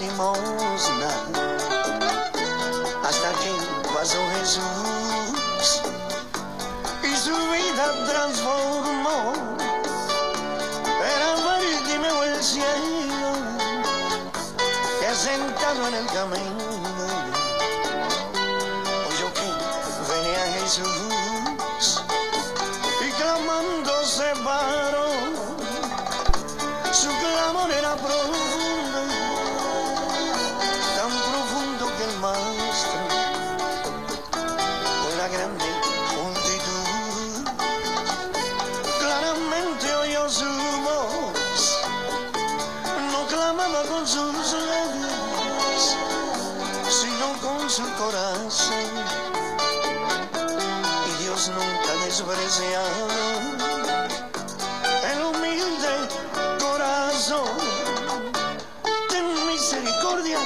limosna hasta que pasó Jesús y su vida transformó. Era Bartimeo el ciego que sentado en el camino oyó que venía Jesús y clamando se paró. Su clamor era profundo, tan profundo que el maestro con la grande multitud claramente oyó su voz. No clamaba con sus labios, sino con su corazón. Y Dios nunca ha despreciado el humilde corazón. Ten misericordia,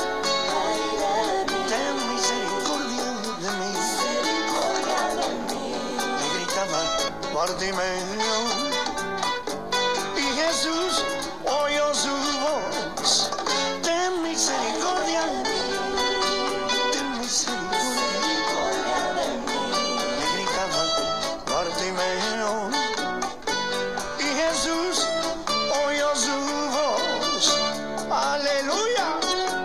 ten misericordia de mí, le gritaba Bartimeo. Y Jesús oyó su voz. Ten misericordia, ten misericordia de mí, le gritaba Bartimeo. Y Jesús oyó su voz. ¡Aleluya!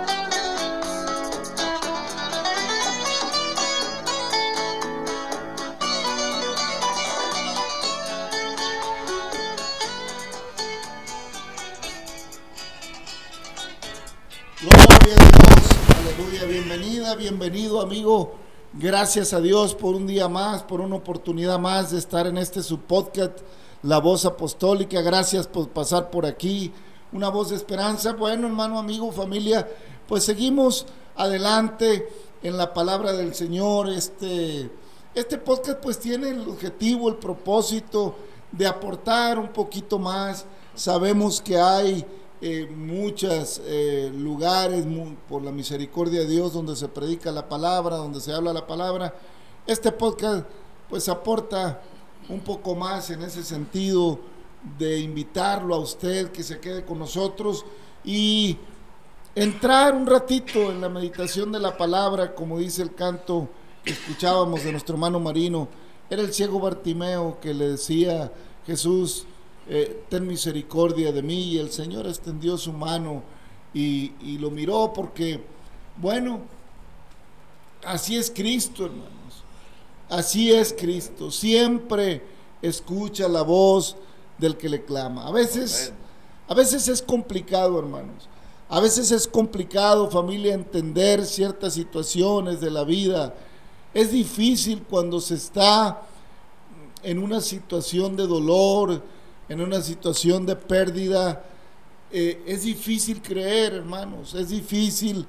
Gloria a Dios, aleluya, bienvenida, bienvenido amigo. Gracias a Dios por un día más, por una oportunidad más de estar en este su podcast, La Voz Apostólica. Gracias por pasar por aquí, una voz de esperanza. Bueno, hermano, amigo, familia, pues seguimos adelante en la palabra del Señor. Este podcast pues tiene el objetivo, el propósito de aportar un poquito más. Sabemos que hay muchos lugares, por la misericordia de Dios, donde se predica la palabra, donde se habla la palabra. Este podcast pues aporta un poco más en ese sentido de invitarlo a usted que se quede con nosotros y entrar un ratito en la meditación de la palabra, como dice el canto que escuchábamos de nuestro hermano Marino. Era el ciego Bartimeo que le decía Jesús, ten misericordia de mí, y el Señor extendió su mano y lo miró, porque bueno, así es Cristo, hermanos, así es Cristo, siempre escucha la voz del que le clama. A veces es complicado, hermanos, a veces es complicado, familia, entender ciertas situaciones de la vida. Es difícil cuando se está en una situación de dolor, en una situación de pérdida. Es difícil creer, hermanos, es difícil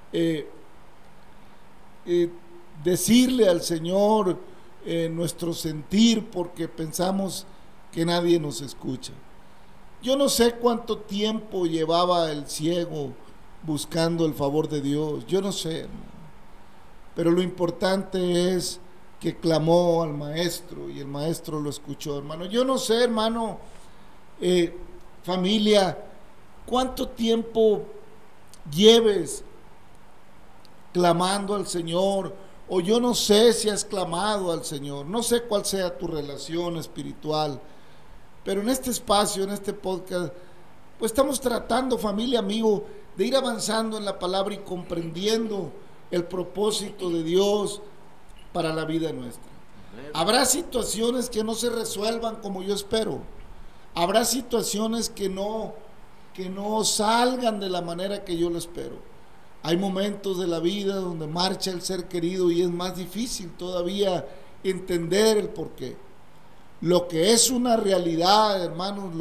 decirle al Señor nuestro sentir, porque pensamos que nadie nos escucha. Yo no sé cuánto tiempo llevaba el ciego buscando el favor de Dios, yo no sé, hermano, pero lo importante es que clamó al maestro y el maestro lo escuchó, hermano. Yo no sé, hermano, familia, cuánto tiempo lleves clamando al Señor, o yo no sé si has clamado al Señor, no sé cuál sea tu relación espiritual, pero en este espacio, en este podcast, pues estamos tratando, familia, amigo, de ir avanzando en la palabra y comprendiendo el propósito de Dios para la vida nuestra. Habrá situaciones que no se resuelvan como yo espero. Habrá situaciones que no salgan de la manera que yo lo espero. Hay momentos de la vida donde marcha el ser querido y es más difícil todavía entender el porqué. Lo que es una realidad, hermanos,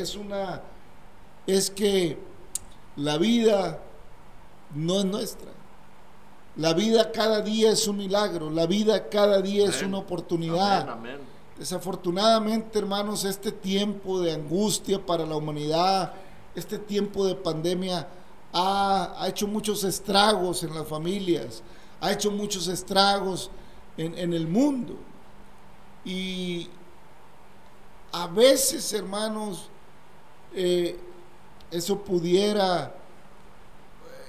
es que la vida no es nuestra. La vida cada día es un milagro, la vida cada día es una oportunidad. Amén. Desafortunadamente, hermanos, este tiempo de angustia para la humanidad, este tiempo de pandemia ha hecho muchos estragos en las familias, ha hecho muchos estragos en el mundo. Y a veces, hermanos, eso pudiera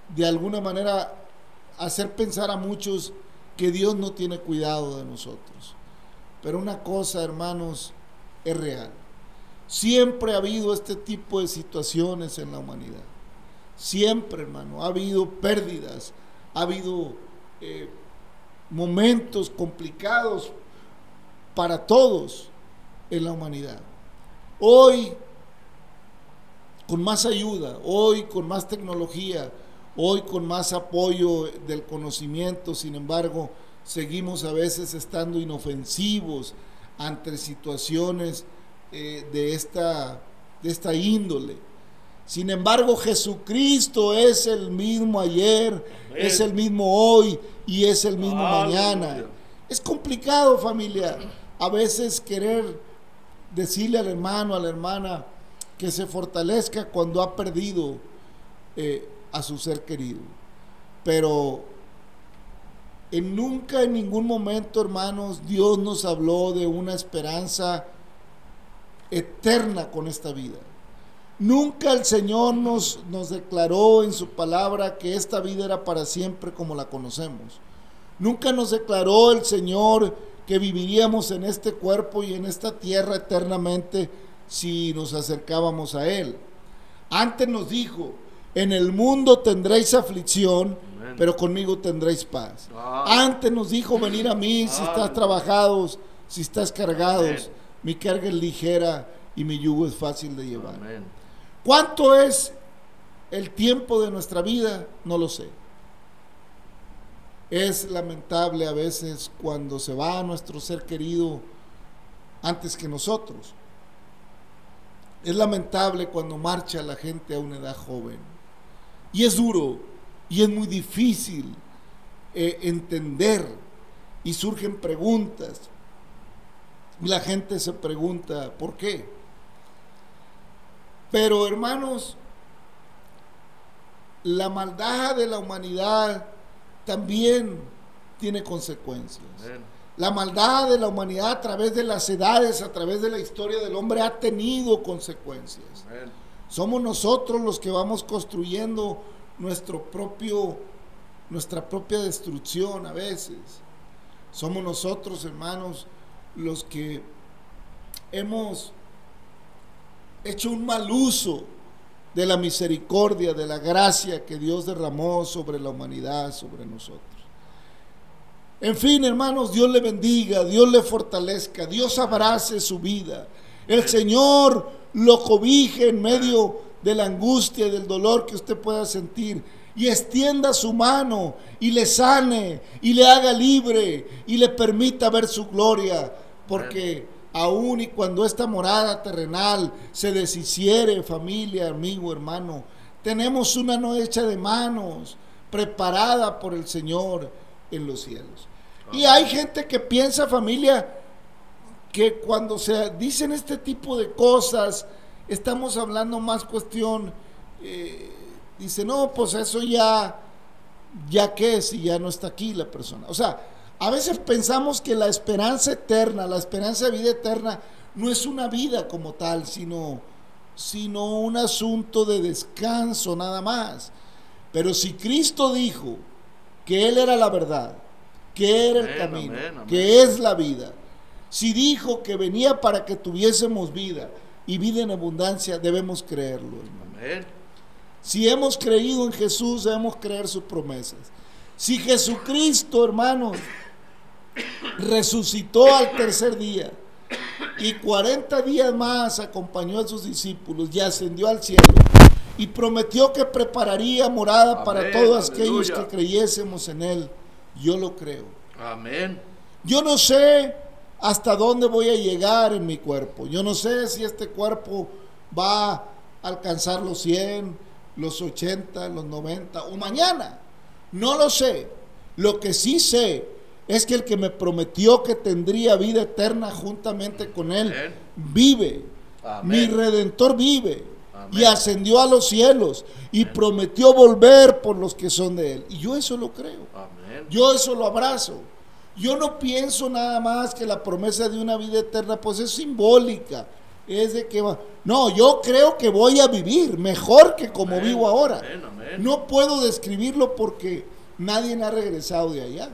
de alguna manera hacer pensar a muchos que Dios no tiene cuidado de nosotros. Pero una cosa, hermanos, es real. Siempre ha habido este tipo de situaciones en la humanidad. Siempre, hermano, ha habido pérdidas, ha habido momentos complicados para todos en la humanidad. Hoy, con más ayuda, hoy con más tecnología, hoy con más apoyo del conocimiento, sin embargo, seguimos a veces estando inofensivos ante situaciones de esta índole. Sin embargo, Jesucristo es el mismo ayer, amén, es el mismo hoy y es el mismo mañana. Es complicado, familia, a veces querer decirle al hermano, a la hermana, que se fortalezca cuando ha perdido a su ser querido. Pero nunca en ningún momento, hermanos, Dios nos habló de una esperanza eterna con esta vida. Nunca el Señor nos declaró en su palabra que esta vida era para siempre como la conocemos. Nunca nos declaró el Señor que viviríamos en este cuerpo y en esta tierra eternamente si nos acercábamos a Él. Antes nos dijo: en el mundo tendréis aflicción, amén, pero conmigo tendréis paz. Antes nos dijo: venir a mí si estás trabajados, si estás cargados, amén, mi carga es ligera y mi yugo es fácil de llevar. Amén. ¿Cuánto es el tiempo de nuestra vida? No lo sé. Es lamentable a veces cuando se va nuestro ser querido antes que nosotros. Es lamentable cuando marcha la gente a una edad joven. Y es duro y es muy difícil entender, y surgen preguntas. Y la gente se pregunta ¿por qué? Pero, hermanos, la maldad de la humanidad también tiene consecuencias. Amén. La maldad de la humanidad a través de las edades, a través de la historia del hombre, ha tenido consecuencias. Amén. Somos nosotros los que vamos construyendo nuestra propia destrucción a veces. Somos nosotros, hermanos, los que hemos hecho un mal uso de la misericordia, de la gracia que Dios derramó sobre la humanidad, sobre nosotros. En fin, hermanos, Dios le bendiga, Dios le fortalezca, Dios abrace su vida. El Señor lo cobije en medio de la angustia y del dolor que usted pueda sentir, y extienda su mano y le sane y le haga libre y le permita ver su gloria, porque aún y cuando esta morada terrenal se deshiciere, familia, amigo, hermano, tenemos una no hecha de manos, preparada por el Señor en los cielos. Y hay gente que piensa, familia, que cuando se dicen este tipo de cosas, estamos hablando más cuestión, dice, no, pues eso ya que si ya no está aquí la persona. O sea, a veces pensamos que la esperanza eterna, la esperanza de vida eterna, no es una vida como tal, sino un asunto de descanso nada más. Pero si Cristo dijo que Él era la verdad, que era el camino, amén, que es la vida, si dijo que venía para que tuviésemos vida y vida en abundancia, debemos creerlo, hermano. Amén. Si hemos creído en Jesús, debemos creer sus promesas. Si Jesucristo, hermanos, resucitó al tercer día y 40 días más acompañó a sus discípulos y ascendió al cielo y prometió que prepararía morada, amén, para todos aquellos que creyésemos en Él, yo lo creo. Amén. Yo no sé hasta dónde voy a llegar en mi cuerpo. Yo no sé si este cuerpo va a alcanzar los 100, los 80, los 90 o mañana. No lo sé. Lo que sí sé es que el que me prometió que tendría vida eterna juntamente con Él, amén, vive. Amén. Mi Redentor vive. Amén. Y ascendió a los cielos y amén, prometió volver por los que son de Él. Y yo eso lo creo. Amén. Yo eso lo abrazo. Yo no pienso nada más que la promesa de una vida eterna pues es simbólica. es de que no, yo creo que voy a vivir mejor que como vivo ahora. No puedo describirlo porque nadie ha regresado de allá.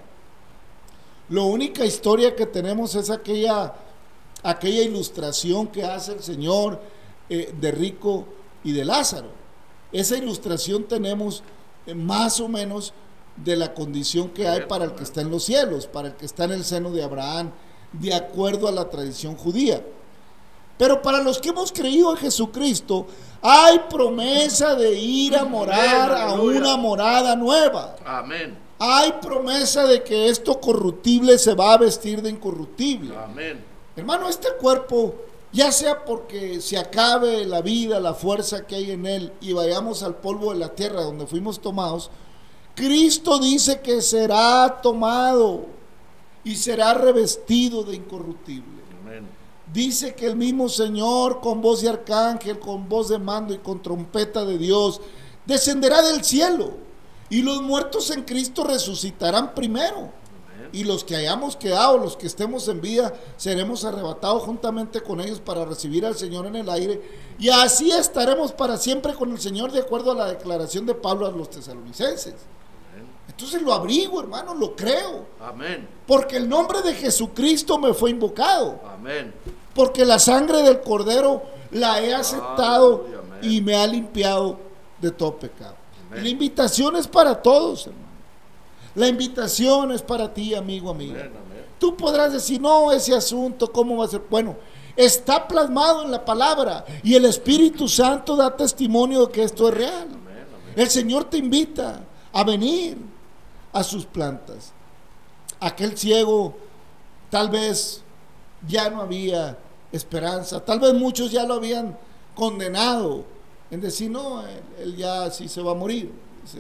La única historia que tenemos es aquella ilustración que hace el Señor de Rico y de Lázaro. Esa ilustración tenemos más o menos de la condición que hay para el que está en los cielos, para el que está en el seno de Abraham, de acuerdo a la tradición judía. Pero para los que hemos creído en Jesucristo, hay promesa de ir a morar a una morada nueva. Amén. Hay promesa de que esto corruptible se va a vestir de incorruptible. Amén. Hermano, este cuerpo, ya sea porque se acabe la vida, la fuerza que hay en él y vayamos al polvo de la tierra donde fuimos tomados, Cristo dice que será tomado y será revestido de incorruptible. Amén. Dice que el mismo Señor, con voz de arcángel, con voz de mando y con trompeta de Dios, descenderá del cielo, y los muertos en Cristo resucitarán primero. Amén. Y los que hayamos quedado, los que estemos en vida, seremos arrebatados juntamente con ellos para recibir al Señor en el aire, y así estaremos para siempre con el Señor, de acuerdo a la declaración de Pablo a los tesalonicenses. Entonces lo abrigo, hermano, lo creo. Amén. Porque el nombre de Jesucristo me fue invocado. Amén. Porque la sangre del Cordero la he aceptado Aleluya, y me ha limpiado de todo pecado. Amén. Y la invitación es para todos, hermano. La invitación es para ti, amigo, amiga. Amén, amén. Tú podrás decir, no, ese asunto, ¿cómo va a ser? Bueno, está plasmado en la palabra y el Espíritu Santo da testimonio de que esto es real. Amén, amén. El Señor te invita a venir a sus plantas. Aquel ciego, tal vez ya no había esperanza, tal vez muchos ya lo habían condenado en decir, no, él ya sí se va a morir,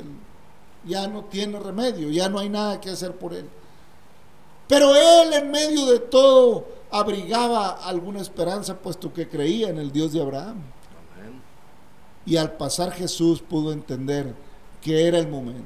ya no tiene remedio, ya no hay nada que hacer por él. Pero él en medio de todo abrigaba alguna esperanza, puesto que creía en el Dios de Abraham. Amén. Y al pasar Jesús pudo entender que era el momento.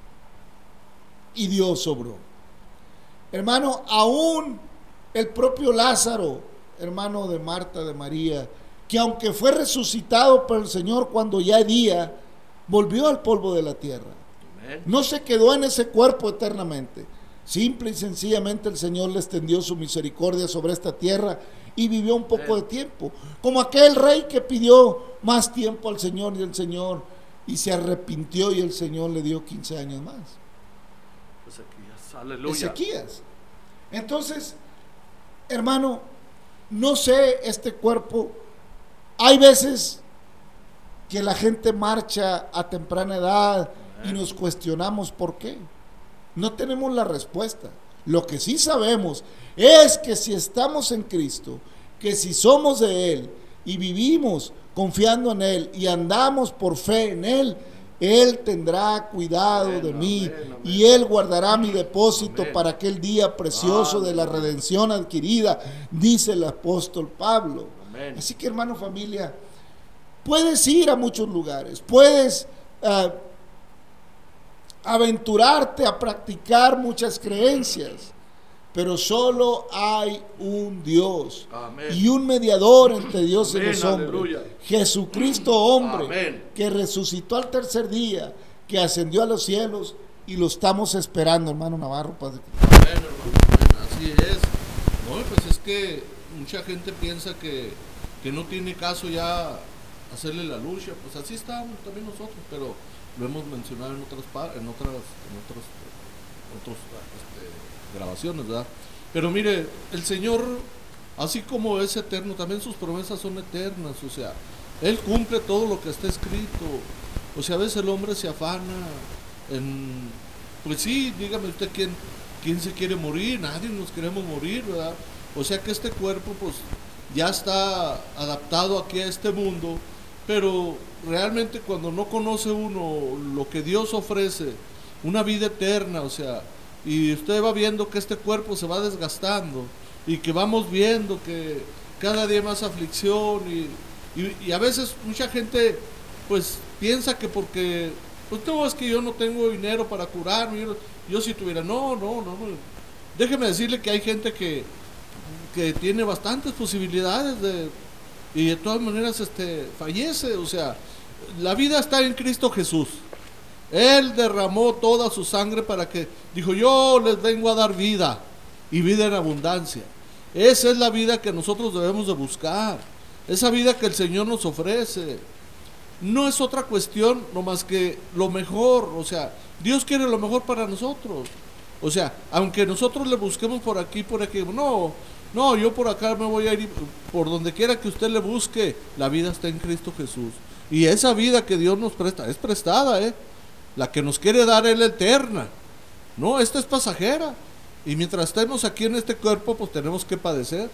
Y Dios obró. Hermano, aún el propio Lázaro, hermano de Marta, de María, que aunque fue resucitado por el Señor cuando ya es día, volvió al polvo de la tierra. Amén. No se quedó en ese cuerpo eternamente. Simple y sencillamente el Señor le extendió su misericordia sobre esta tierra y vivió un poco de tiempo. Como aquel rey que pidió más tiempo al Señor, y el Señor y se arrepintió y el Señor le dio 15 años más. Ezequías, aleluya. Ezequías. Entonces, hermano, no sé, este cuerpo, hay veces que la gente marcha a temprana edad y nos cuestionamos por qué. No tenemos la respuesta. Lo que sí sabemos es que si estamos en Cristo, que si somos de Él y vivimos confiando en Él y andamos por fe en Él, Él tendrá cuidado de mí, amén. y Él guardará mi depósito Amén. para aquel día precioso de la redención adquirida, dice el apóstol Pablo. Amén. Así que, hermano, familia, puedes ir a muchos lugares, puedes aventurarte a practicar muchas creencias, pero solo hay un Dios. Amén. Y un mediador entre Dios Amén, y los hombres, aleluya. Jesucristo hombre, Amén. que resucitó al tercer día, que ascendió a los cielos, y lo estamos esperando, hermano Navarro, Padre. Amén, hermano, amén. Así es. No, pues es que mucha gente piensa que no tiene caso ya hacerle la lucha. Pues así estábamos también nosotros, pero lo hemos mencionado en otras grabaciones, ¿verdad? Pero mire, el Señor, así como es eterno, también sus promesas son eternas. O sea, Él cumple todo lo que está escrito. O sea, a veces el hombre se afana en, pues sí, dígame usted quién se quiere morir. Nadie nos queremos morir, ¿verdad? O sea que este cuerpo pues ya está adaptado aquí a este mundo, pero realmente cuando no conoce uno lo que Dios ofrece, una vida eterna, o sea, y usted va viendo que este cuerpo se va desgastando y que vamos viendo que cada día más aflicción y a veces mucha gente pues piensa que porque pues no, es que yo no tengo dinero para curarme, yo si tuviera, no, déjeme decirle que hay gente que tiene bastantes posibilidades y de todas maneras fallece. O sea, la vida está en Cristo Jesús. Él derramó toda su sangre para que, dijo, yo les vengo a dar vida y vida en abundancia. Esa es la vida que nosotros debemos de buscar, esa vida que el Señor nos ofrece. No es otra cuestión, no más que lo mejor. O sea, Dios quiere lo mejor para nosotros. O sea, aunque nosotros le busquemos por aquí, no, yo por acá me voy a ir, por donde quiera que usted le busque, la vida está en Cristo Jesús. Y esa vida que Dios nos presta, es prestada, la que nos quiere dar es la eterna. No, esta es pasajera. Y mientras estemos aquí en este cuerpo, pues tenemos que padecer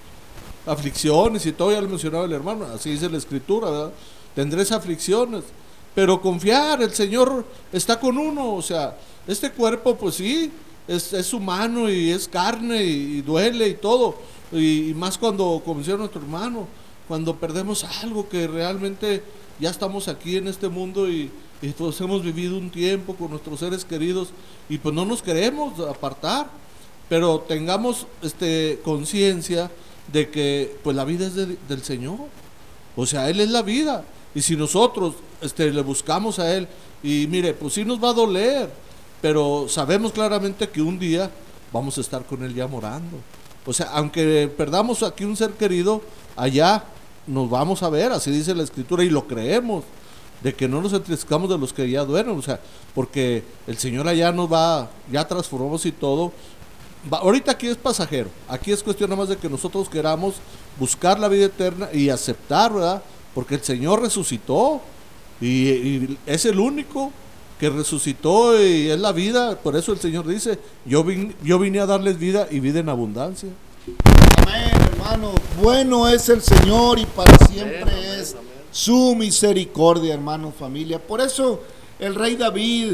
aflicciones y todo, ya lo mencionaba el hermano, así dice la Escritura, ¿verdad? Tendréis aflicciones, pero confiar, el Señor está con uno. O sea, este cuerpo pues sí, es humano y es carne y duele y todo, y más cuando, como decía nuestro hermano, cuando perdemos algo que realmente ya estamos aquí en este mundo y pues hemos vivido un tiempo con nuestros seres queridos y pues no nos queremos apartar, pero tengamos conciencia de que pues la vida es del Señor. O sea, Él es la vida, y si nosotros le buscamos a Él, y mire, pues sí nos va a doler, pero sabemos claramente que un día vamos a estar con Él ya morando. O sea, aunque perdamos aquí un ser querido, allá nos vamos a ver, así dice la Escritura, y lo creemos, de que no nos entristezcamos de los que ya duermen. O sea, porque el Señor allá nos va, ya transformamos y todo. Ahorita aquí es pasajero, aquí es cuestión nada más de que nosotros queramos buscar la vida eterna y aceptar, ¿verdad? Porque el Señor resucitó y es el único que resucitó y es la vida. Por eso el Señor dice, yo vine a darles vida y vida en abundancia. Amén, hermano. Bueno es el Señor y para siempre es su misericordia, hermano, familia. Por eso el rey David,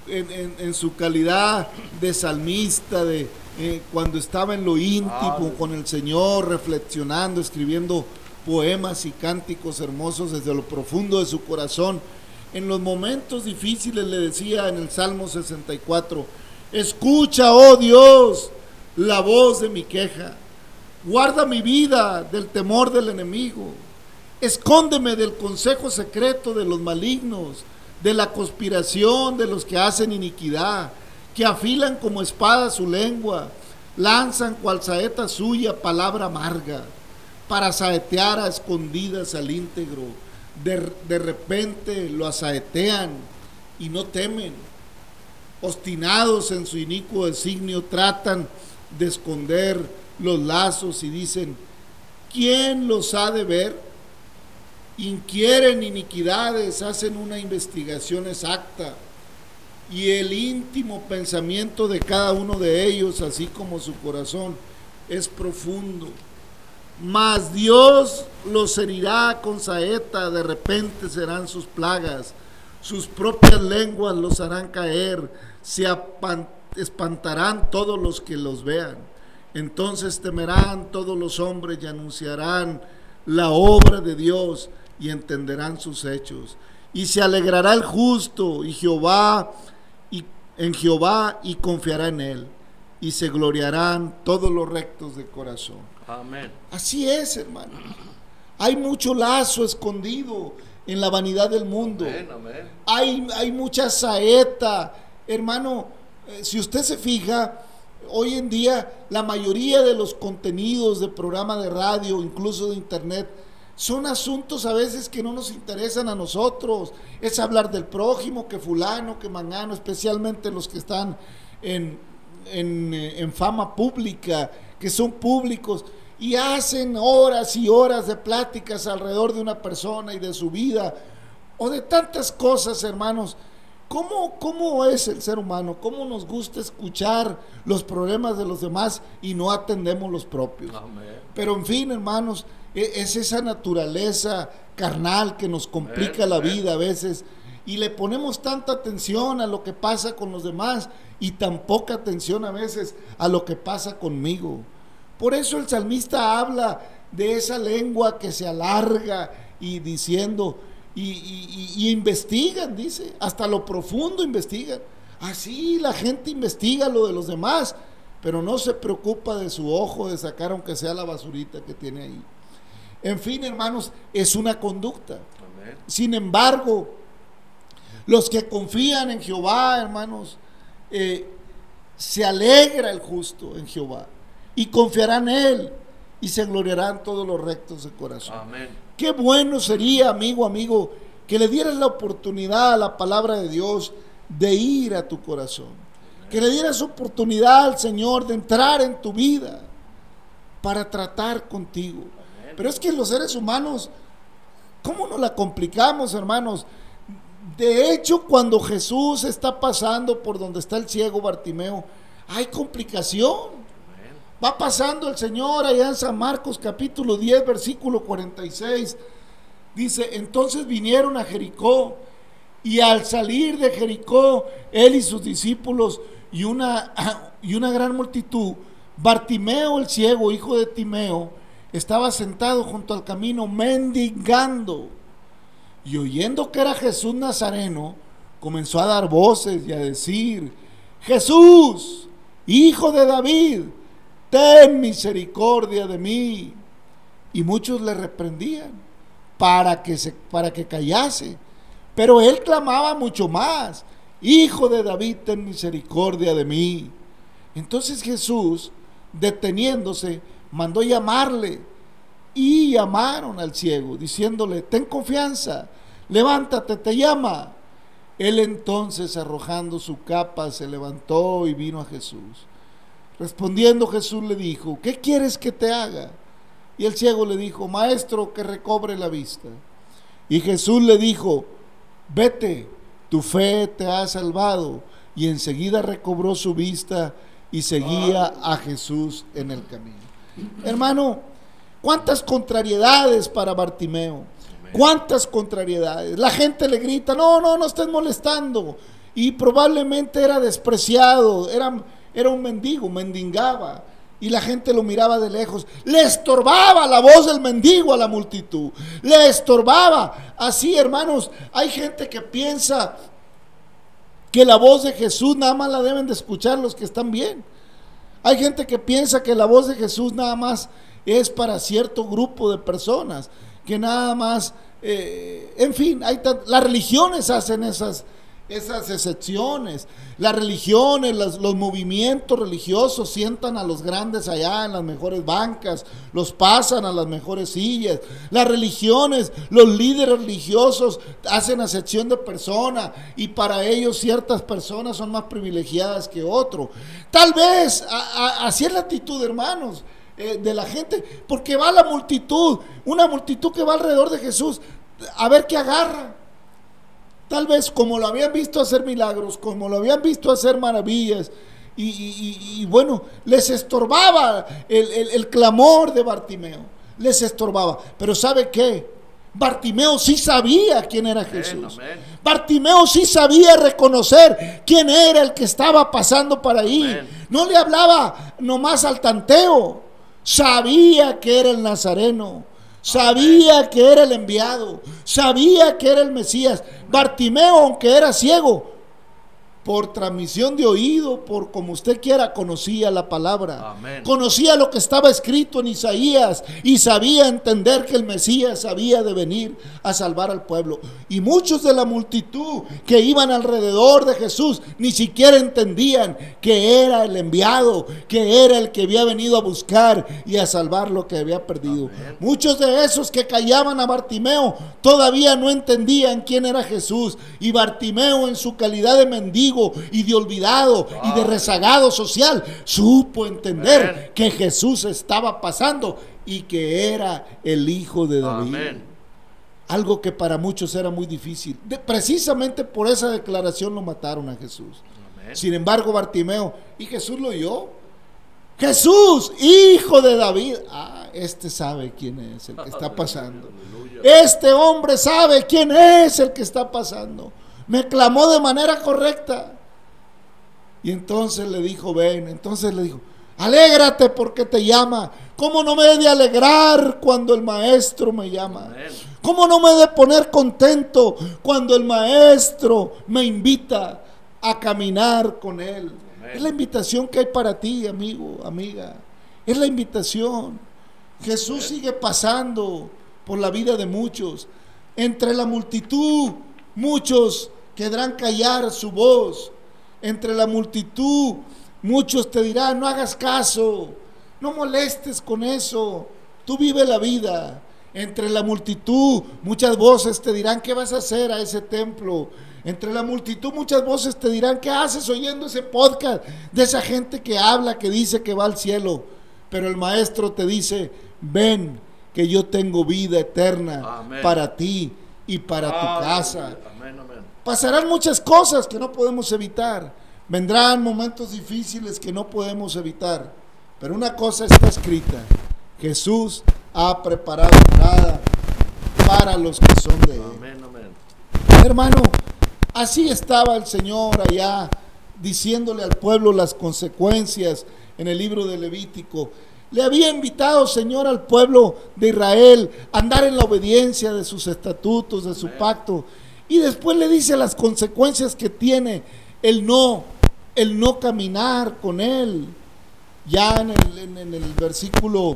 en su calidad de salmista, cuando estaba en lo íntimo con el Señor, reflexionando, escribiendo poemas y cánticos hermosos desde lo profundo de su corazón, en los momentos difíciles le decía en el Salmo 64, escucha, oh Dios, la voz de mi queja, guarda mi vida del temor del enemigo, escóndeme del consejo secreto de los malignos, de la conspiración de los que hacen iniquidad, que afilan como espada su lengua, lanzan cual saeta suya palabra amarga, para saetear a escondidas al íntegro. De repente lo asaetean y no temen. Obstinados en su inicuo designio, tratan de esconder los lazos y dicen, ¿quién los ha de ver? Inquieren iniquidades, hacen una investigación exacta, y el íntimo pensamiento de cada uno de ellos, así como su corazón, es profundo. Mas Dios los herirá con saeta, de repente serán sus plagas, sus propias lenguas los harán caer, se espantarán todos los que los vean. Entonces temerán todos los hombres y anunciarán la obra de Dios y entenderán sus hechos. Y se alegrará el justo en Jehová y confiará en él, y se gloriarán todos los rectos de corazón. Amén. Así es, hermano. Hay mucho lazo escondido en la vanidad del mundo. Amén. Hay mucha saeta, hermano. Si usted se fija, hoy en día la mayoría de los contenidos de programa de radio, incluso de internet, son asuntos a veces que no nos interesan a nosotros. Es hablar del prójimo, que fulano, que mangano, especialmente los que están en fama pública, que son públicos, y hacen horas y horas de pláticas alrededor de una persona y de su vida, o de tantas cosas, hermanos. ¿Cómo es el ser humano? ¿Cómo nos gusta escuchar los problemas de los demás y no atendemos los propios? Amén. Pero en fin, hermanos, es esa naturaleza carnal que nos complica la vida a veces, y le ponemos tanta atención a lo que pasa con los demás y tan poca atención a veces a lo que pasa conmigo. Por eso el salmista habla de esa lengua que se alarga y diciendo, y investigan, dice, hasta lo profundo investigan. Así la gente investiga lo de los demás, pero no se preocupa de su ojo, de sacar aunque sea la basurita que tiene ahí. En fin, hermanos, es una conducta. Amén. Sin embargo, los que confían en Jehová, hermanos, se alegra el justo en Jehová y confiarán en Él y se gloriarán todos los rectos de corazón. Amén. Qué bueno sería, amigo, que le dieras la oportunidad a la palabra de Dios de ir a tu corazón. Que le dieras oportunidad al Señor de entrar en tu vida para tratar contigo. Pero es que los seres humanos, ¿cómo nos la complicamos, hermanos? De hecho, cuando Jesús está pasando por donde está el ciego Bartimeo, hay complicación. Va pasando el Señor allá en San Marcos capítulo 10 versículo 46. Dice, entonces vinieron a Jericó, y al salir de Jericó, él y sus discípulos y una gran multitud, Bartimeo el ciego, hijo de Timeo, estaba sentado junto al camino mendigando. Y oyendo que era Jesús Nazareno, comenzó a dar voces y a decir, Jesús, hijo de David, ten misericordia de mí. Y muchos le reprendían para que callase. Pero él clamaba mucho más, Hijo de David, ten misericordia de mí. Entonces Jesús, deteniéndose, mandó llamarle, y llamaron al ciego, diciéndole, ten confianza, levántate, te llama. Él entonces, arrojando su capa, se levantó y vino a Jesús. Respondiendo Jesús le dijo, ¿qué quieres que te haga? Y el ciego le dijo, Maestro, que recobre la vista. Y Jesús le dijo, vete, tu fe te ha salvado. Y enseguida recobró su vista y seguía a Jesús en el camino. Hermano, cuántas contrariedades para Bartimeo, cuántas contrariedades. La gente le grita, no estés molestando. Y probablemente era despreciado, era un mendigo, mendigaba. Y la gente lo miraba de lejos. Le estorbaba la voz del mendigo a la multitud. Le estorbaba. Así, hermanos, hay gente que piensa que la voz de Jesús nada más la deben de escuchar los que están bien. Hay gente que piensa que la voz de Jesús nada más es para cierto grupo de personas. Que nada más, en fin, las religiones hacen esas excepciones. Las religiones, los movimientos religiosos sientan a los grandes allá en las mejores bancas, los pasan a las mejores sillas. Las religiones, los líderes religiosos hacen acepción de persona, y para ellos ciertas personas son más privilegiadas que otros. Tal vez así es la actitud, hermanos, de la gente, porque va la multitud, una multitud que va alrededor de Jesús a ver qué agarra. Tal vez como lo habían visto hacer milagros, como lo habían visto hacer maravillas, y bueno, les estorbaba el clamor de Bartimeo, les estorbaba. Pero ¿sabe qué? Bartimeo sí sabía quién era Jesús. Amén. Bartimeo sí sabía reconocer quién era el que estaba pasando por ahí. Amén. No le hablaba nomás al tanteo, sabía que era el Nazareno. Sabía que era el enviado, sabía que era el Mesías. Bartimeo, aunque era ciego, por transmisión de oído, por como usted quiera, conocía la palabra. Amén. Conocía lo que estaba escrito en Isaías y sabía entender que el Mesías había de venir a salvar al pueblo. Y muchos de la multitud que iban alrededor de Jesús ni siquiera entendían que era el enviado, que era el que había venido a buscar y a salvar lo que había perdido. Amén. Muchos de esos que callaban a Bartimeo todavía no entendían quién era Jesús, y Bartimeo, en su calidad de mendigo y de olvidado y de rezagado social, supo entender Amén. Que Jesús estaba pasando y que era el Hijo de David. Amén. Algo que para muchos era muy difícil. Precisamente por esa declaración lo mataron a Jesús. Amén. Sin embargo, Bartimeo, y Jesús lo oyó. Jesús, Hijo de David. Este sabe quién es el que está pasando. Este hombre sabe quién es el que está pasando. Me clamó de manera correcta. Y entonces le dijo, ven. Entonces le dijo, alégrate porque te llama. ¿Cómo no me he de alegrar cuando el maestro me llama? ¿Cómo no me he de poner contento cuando el maestro me invita a caminar con él? Amén. Es la invitación que hay para ti, amigo, amiga. Es la invitación. Jesús sigue pasando por la vida de muchos. Entre la multitud, muchos querrán callar su voz. Entre la multitud, muchos te dirán, no hagas caso, no molestes con eso, tú vive la vida. Entre la multitud, muchas voces te dirán, ¿qué vas a hacer a ese templo? Entre la multitud, muchas voces te dirán, ¿qué haces oyendo ese podcast de esa gente que habla, que dice que va al cielo? Pero el Maestro te dice, ven, que yo tengo vida eterna. Amén. Para ti y para tu casa. Amén, amén. Pasarán muchas cosas que no podemos evitar. Vendrán momentos difíciles que no podemos evitar. Pero una cosa está escrita: Jesús ha preparado morada para los que son de Él. Amén, amén. Hermano, así estaba el Señor allá, diciéndole al pueblo las consecuencias en el libro de Levítico. Le había invitado, Señor, al pueblo de Israel a andar en la obediencia de sus estatutos, de su pacto. Y después le dice las consecuencias que tiene el no caminar con Él. Ya en el versículo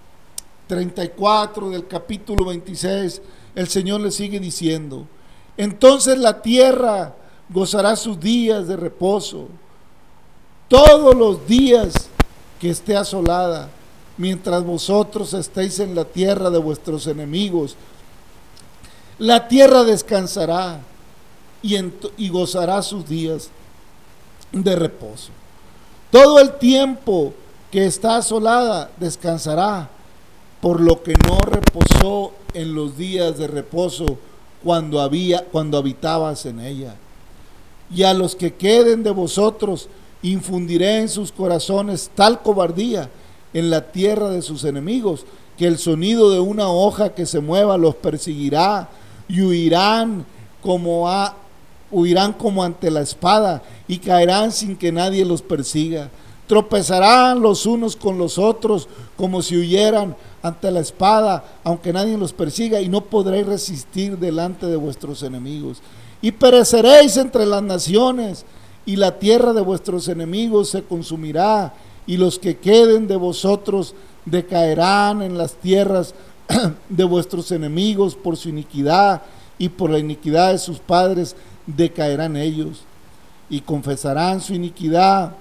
34 del capítulo 26, el Señor le sigue diciendo: entonces la tierra gozará sus días de reposo, todos los días que esté asolada, mientras vosotros estéis en la tierra de vuestros enemigos. La tierra descansará y gozará sus días de reposo. Todo el tiempo que está asolada descansará, por lo que no reposó en los días de reposo cuando habitabas en ella. Y a los que queden de vosotros infundiré en sus corazones tal cobardía en la tierra de sus enemigos, que el sonido de una hoja que se mueva los perseguirá, y huirán como ante la espada, y caerán sin que nadie los persiga. Tropezarán los unos con los otros como si huyeran ante la espada, aunque nadie los persiga, y no podréis resistir delante de vuestros enemigos. Y pereceréis entre las naciones, y la tierra de vuestros enemigos se consumirá, y los que queden de vosotros decaerán en las tierras de vuestros enemigos por su iniquidad, y por la iniquidad de sus padres decaerán ellos, y confesarán su iniquidad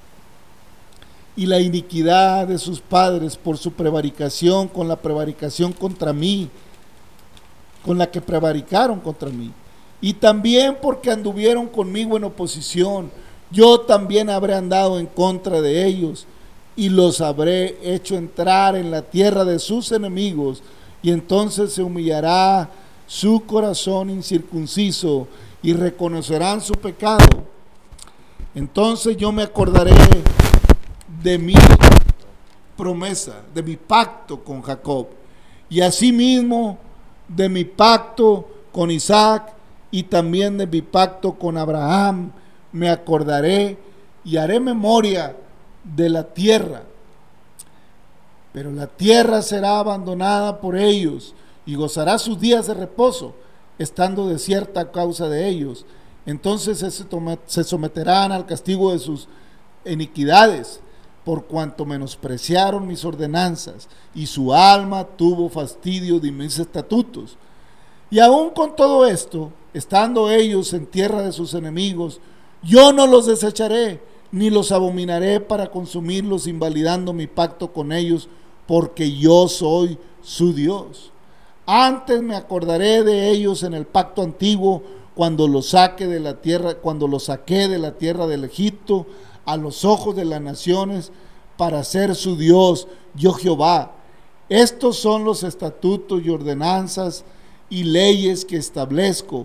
y la iniquidad de sus padres por su prevaricación, con la prevaricación contra mí, con la que prevaricaron contra mí, y también porque anduvieron conmigo en oposición. Yo también habré andado en contra de ellos, y los habré hecho entrar en la tierra de sus enemigos, y entonces se humillará su corazón incircunciso, y reconocerán su pecado. Entonces yo me acordaré de mi promesa, de mi pacto con Jacob, y asimismo de mi pacto con Isaac, y también de mi pacto con Abraham. Me acordaré y haré memoria de la tierra, pero la tierra será abandonada por ellos, y gozará sus días de reposo, estando desierta a causa de ellos. Entonces se someterán al castigo de sus iniquidades, por cuanto menospreciaron mis ordenanzas, y su alma tuvo fastidio de mis estatutos. Y aún con todo esto, estando ellos en tierra de sus enemigos, yo no los desecharé, ni los abominaré para consumirlos, invalidando mi pacto con ellos, porque yo soy su Dios. Antes me acordaré de ellos en el pacto antiguo, cuando los saqué de la tierra del Egipto, a los ojos de las naciones, para ser su Dios, yo Jehová. Estos son los estatutos y ordenanzas y leyes que estableció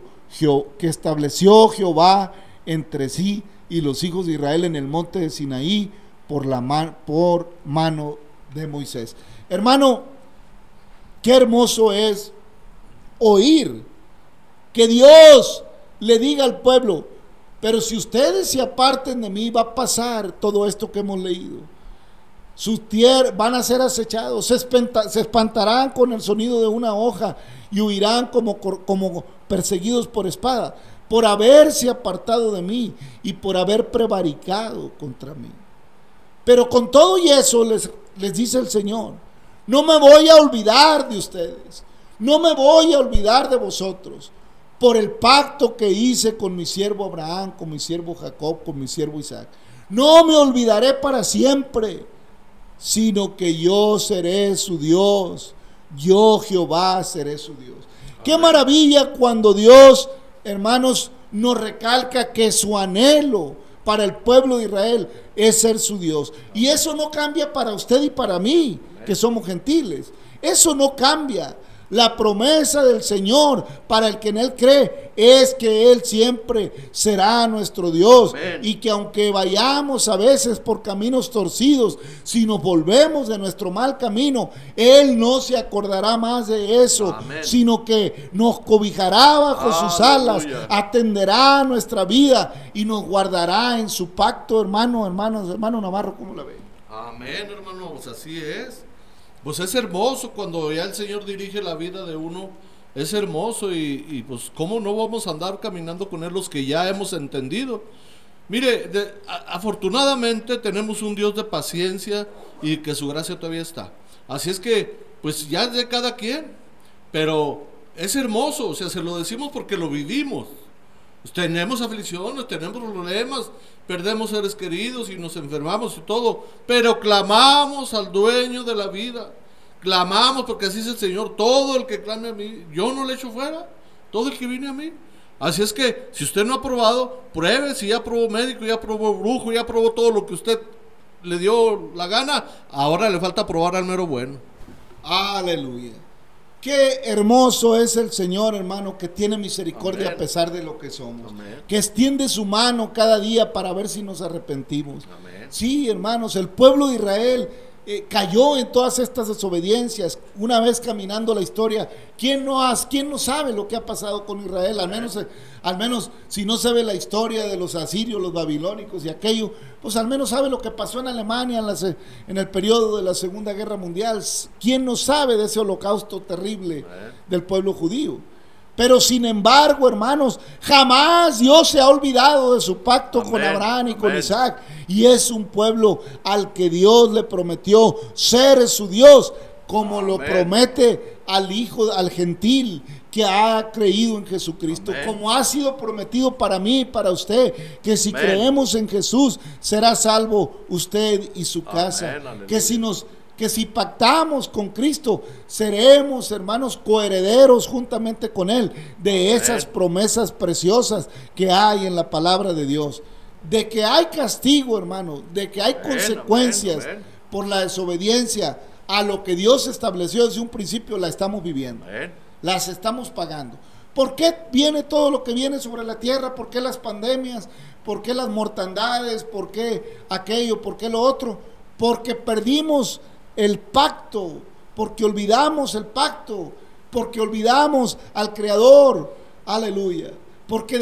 Jehová entre sí y los hijos de Israel en el monte de Sinaí por mano de Moisés. Hermano, qué hermoso es oír que Dios le diga al pueblo: pero si ustedes se aparten de mí, va a pasar todo esto que hemos leído. Sus tierras van a ser acechados, se espantarán con el sonido de una hoja, y huirán como perseguidos por espada, por haberse apartado de mí y por haber prevaricado contra mí. Pero con todo y eso les dice el Señor: No me voy a olvidar de ustedes. No me voy a olvidar de vosotros. Por el pacto que hice con mi siervo Abraham, con mi siervo Jacob, con mi siervo Isaac. No me olvidaré para siempre, sino que yo seré su Dios. Yo, Jehová, seré su Dios. Amén. Qué maravilla cuando Dios, hermanos, nos recalca que su anhelo para el pueblo de Israel es ser su Dios. Y eso no cambia para usted y para mí, que somos gentiles. Eso no cambia. La promesa del Señor para el que en Él cree es que Él siempre será nuestro Dios. Amén. Y que aunque vayamos a veces por caminos torcidos, si nos volvemos de nuestro mal camino, Él no se acordará más de eso. Amén. Sino que nos cobijará bajo sus alas, atenderá nuestra vida y nos guardará en su pacto. Hermano Navarro, ¿cómo la ve? Amén, hermanos, así es. Pues es hermoso cuando ya el Señor dirige la vida de uno, es hermoso y pues cómo no vamos a andar caminando con Él los que ya hemos entendido. Mire, afortunadamente tenemos un Dios de paciencia y que su gracia todavía está. Así es que pues ya es de cada quien, pero es hermoso, o sea, se lo decimos porque lo vivimos. Tenemos aflicciones, tenemos problemas, perdemos seres queridos y nos enfermamos y todo, pero clamamos al dueño de la vida, clamamos porque así es el Señor. Todo el que clame a mí, yo no le echo fuera, todo el que viene a mí. Así es que si usted no ha probado, pruebe. Si ya probó médico, ya probó brujo, ya probó todo lo que usted le dio la gana, ahora le falta probar al mero bueno. Aleluya. Qué hermoso es el Señor, hermano, que tiene misericordia. Amén. A pesar de lo que somos. Amén. Que extiende su mano cada día para ver si nos arrepentimos. Amén. Sí, hermanos, el pueblo de Israel cayó en todas estas desobediencias. Una vez caminando la historia, ¿quién no sabe lo que ha pasado con Israel? Al menos si no sabe la historia de los asirios, los babilónicos y aquello, pues al menos sabe lo que pasó en Alemania en el periodo de la Segunda Guerra Mundial. ¿Quién no sabe de ese holocausto terrible del pueblo judío? Pero sin embargo, hermanos, jamás Dios se ha olvidado de su pacto. Amén. Con Abraham y con Isaac. Y es un pueblo al que Dios le prometió ser su Dios, como Amén. Lo promete al hijo, al gentil que ha creído en Jesucristo. Amén. Como ha sido prometido para mí y para usted, que si Amén. Creemos en Jesús, será salvo usted y su casa. Amén. Que si pactamos con Cristo, seremos, hermanos, coherederos juntamente con Él de esas promesas preciosas que hay en la palabra de Dios. De que hay castigo, hermano, de que hay consecuencias por la desobediencia a lo que Dios estableció desde un principio, la estamos viviendo. Las estamos pagando. ¿Por qué viene todo lo que viene sobre la tierra? ¿Por qué las pandemias? ¿Por qué las mortandades? ¿Por qué aquello? ¿Por qué lo otro? Porque perdimos el pacto, porque olvidamos el pacto, porque olvidamos al Creador, aleluya, porque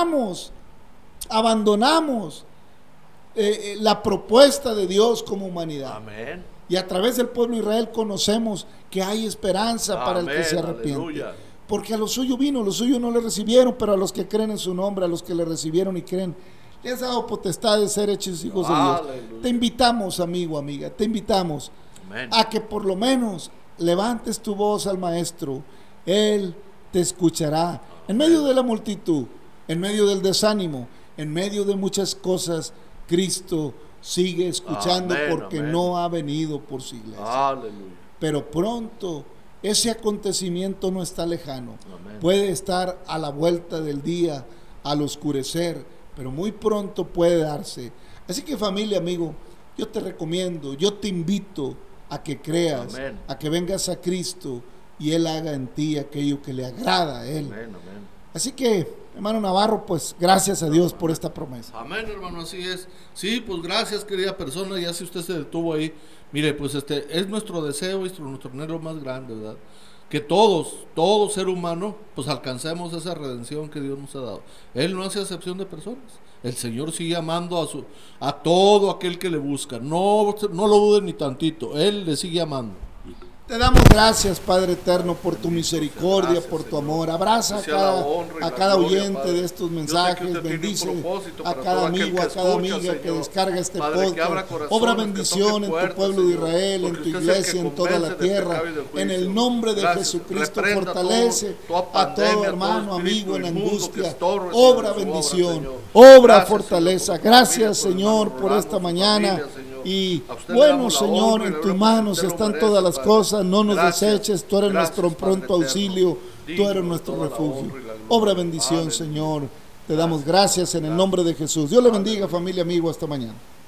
abandonamos la propuesta de Dios como humanidad. Amén. Y a través del pueblo de Israel conocemos que hay esperanza Amén. Para el que se arrepiente. Aleluya. Porque a los suyos vino, los suyos no le recibieron, pero a los que creen en su nombre, a los que le recibieron y creen, les ha dado potestad de ser hechos hijos de Dios. Te invitamos, amigo, amiga, te invitamos Amén. A que por lo menos levantes tu voz al Maestro. Él te escuchará en medio de la multitud, en medio del desánimo, en medio de muchas cosas. Cristo sigue escuchando Amén, porque Amén. No ha venido por su iglesia. Aleluya. Pero pronto ese acontecimiento no está lejano. Amén. Puede estar a la vuelta del día, al oscurecer, pero muy pronto puede darse. Así que, familia, amigo, yo te recomiendo, yo te invito a que creas, Amén. A que vengas a Cristo y Él haga en ti aquello que le agrada a Él. Amén, amén. Así que, hermano Navarro, pues gracias a Dios por esta promesa. Amén, hermano, así es. Sí, pues gracias, querida persona, ya si usted se detuvo ahí, mire, pues es nuestro deseo y nuestro anhelo más grande, ¿verdad? Que todo ser humano, pues alcancemos esa redención que Dios nos ha dado. Él no hace acepción de personas. El Señor sigue amando a todo aquel que le busca. No lo duden ni tantito. Él le sigue amando. Te damos gracias, Padre eterno, por tu misericordia, gracias, por tu Señor. amor. Abraza Que sea la honra y a la cada gloria, oyente Padre. de estos Yo sé que mensajes. usted tiene un Bendice propósito a para cada todo aquel amigo, que a cada escucha, amiga que Señor. descarga este Padre, que abra podcast. corazones, Obra que bendición toque en tu puertas, pueblo de Señor, Israel, en porque tu usted es el iglesia, que en toda la convence del tierra. pecado y del En el juicio. nombre de Gracias. Jesucristo, Reprenda fortalece toda a todo pandemia, hermano, todo amigo en espíritu inmundo que angustia. estorbe, Obra Señor, su bendición, Señor. obra Gracias, fortaleza. Señor, por tu Gracias, familia, por el Señor, hermano por esta Rolando, su mañana. familia, Señor. Y A usted le bueno, damos la Señor, honra y en la tus gloria porque manos usted lo están merece, todas las Padre. cosas. No nos Gracias. deseches. Tú eres Gracias, nuestro Padre pronto eterno. auxilio. Tú Digno eres de nuestro toda la refugio. honra y la gloria. Obra bendición, Aleluya. Señor. Te damos gracias en el nombre de Jesús. Dios le bendiga, familia, amigo. Hasta mañana.